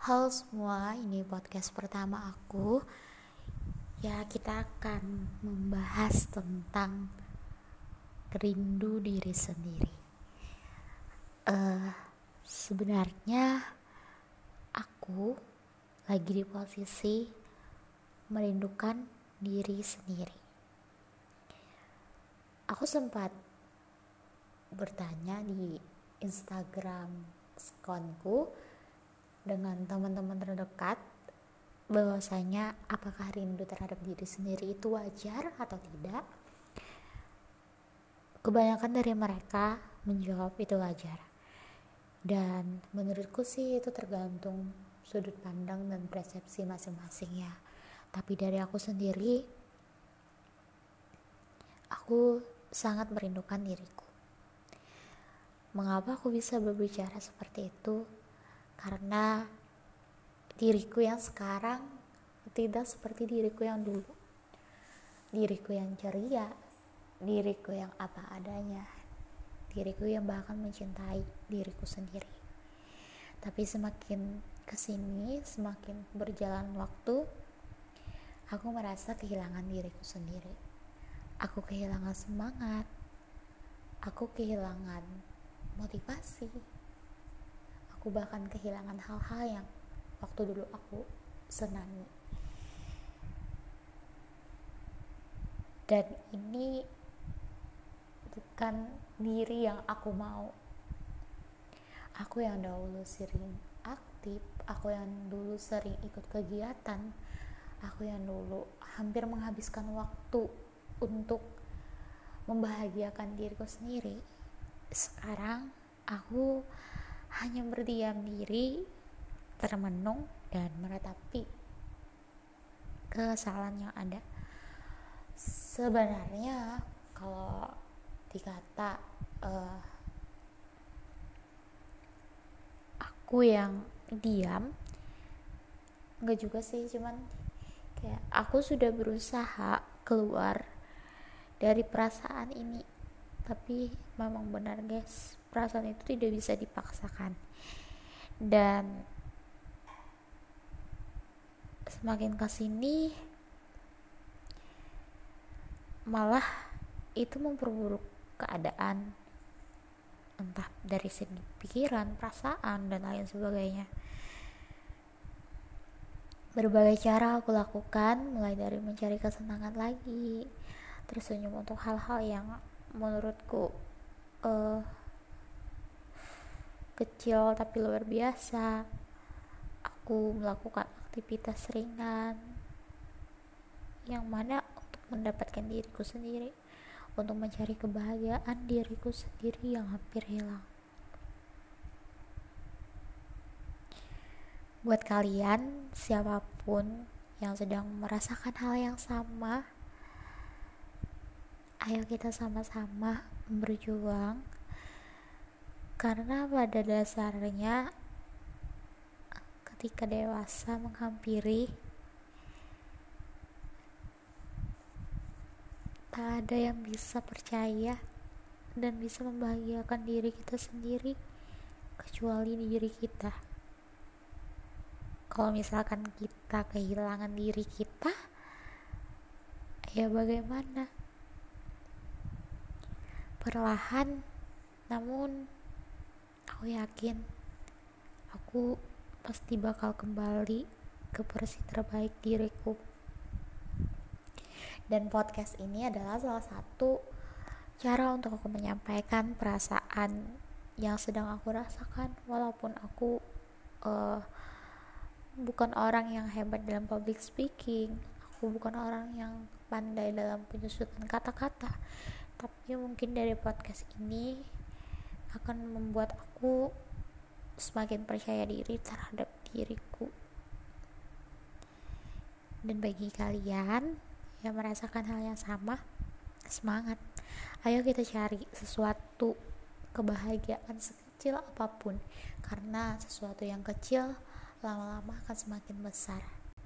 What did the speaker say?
Halo semua, ini podcast pertama aku. Ya, kita akan membahas tentang rindu diri sendiri. Sebenarnya aku lagi di posisi merindukan diri sendiri. Aku sempat bertanya di Instagram akunku dengan teman-teman terdekat bahwasanya apakah rindu terhadap diri sendiri itu wajar atau tidak. Kebanyakan dari mereka menjawab itu wajar, dan menurutku sih itu tergantung sudut pandang dan persepsi masing-masing ya. Tapi dari aku sendiri, aku sangat merindukan diriku. Mengapa aku bisa berbicara seperti itu? Karena diriku yang sekarang tidak seperti diriku yang dulu. Diriku yang ceria, diriku yang apa adanya, diriku yang bahkan mencintai diriku sendiri. Tapi semakin kesini, semakin berjalan waktu, aku merasa kehilangan diriku sendiri. Aku kehilangan semangat, aku kehilangan motivasi, aku bahkan kehilangan hal-hal yang waktu dulu aku senangi. Dan ini bukan diri yang aku mau. Aku yang dahulu sering aktif, aku yang dulu sering ikut kegiatan, aku yang dulu hampir menghabiskan waktu untuk membahagiakan diriku sendiri. Sekarang aku hanya berdiam diri, termenung, dan meratapi kesalahan yang ada. Sebenarnya kalau dikata aku yang diam, enggak juga sih, cuman kayak aku sudah berusaha keluar dari perasaan ini. Tapi memang benar guys, perasaan itu tidak bisa dipaksakan. Dan semakin kesini malah itu memperburuk keadaan, entah dari segi pikiran, perasaan, dan lain sebagainya. Berbagai cara aku lakukan, mulai dari mencari kesenangan lagi, tersenyum untuk hal-hal yang menurutku kecil tapi luar biasa. Aku melakukan aktivitas ringan yang mana untuk mendapatkan diriku sendiri, untuk mencari kebahagiaan diriku sendiri yang hampir hilang. Buat kalian, siapapun yang sedang merasakan hal yang sama, ayo kita sama-sama berjuang. Karena pada dasarnya ketika dewasa menghampiri, tak ada yang bisa percaya dan bisa membahagiakan diri kita sendiri kecuali diri kita. Kalau misalkan kita kehilangan diri kita, ya bagaimana? Perlahan, namun aku yakin aku pasti bakal kembali ke versi terbaik diriku. Dan podcast ini adalah salah satu cara untuk aku menyampaikan perasaan yang sedang aku rasakan. Walaupun aku bukan orang yang hebat dalam public speaking, aku bukan orang yang pandai dalam penyusutan kata-kata, tapi mungkin dari podcast ini akan membuat aku semakin percaya diri terhadap diriku. Dan bagi kalian yang merasakan hal yang sama, semangat. Ayo kita cari sesuatu kebahagiaan sekecil apapun, karena sesuatu yang kecil lama-lama akan semakin besar.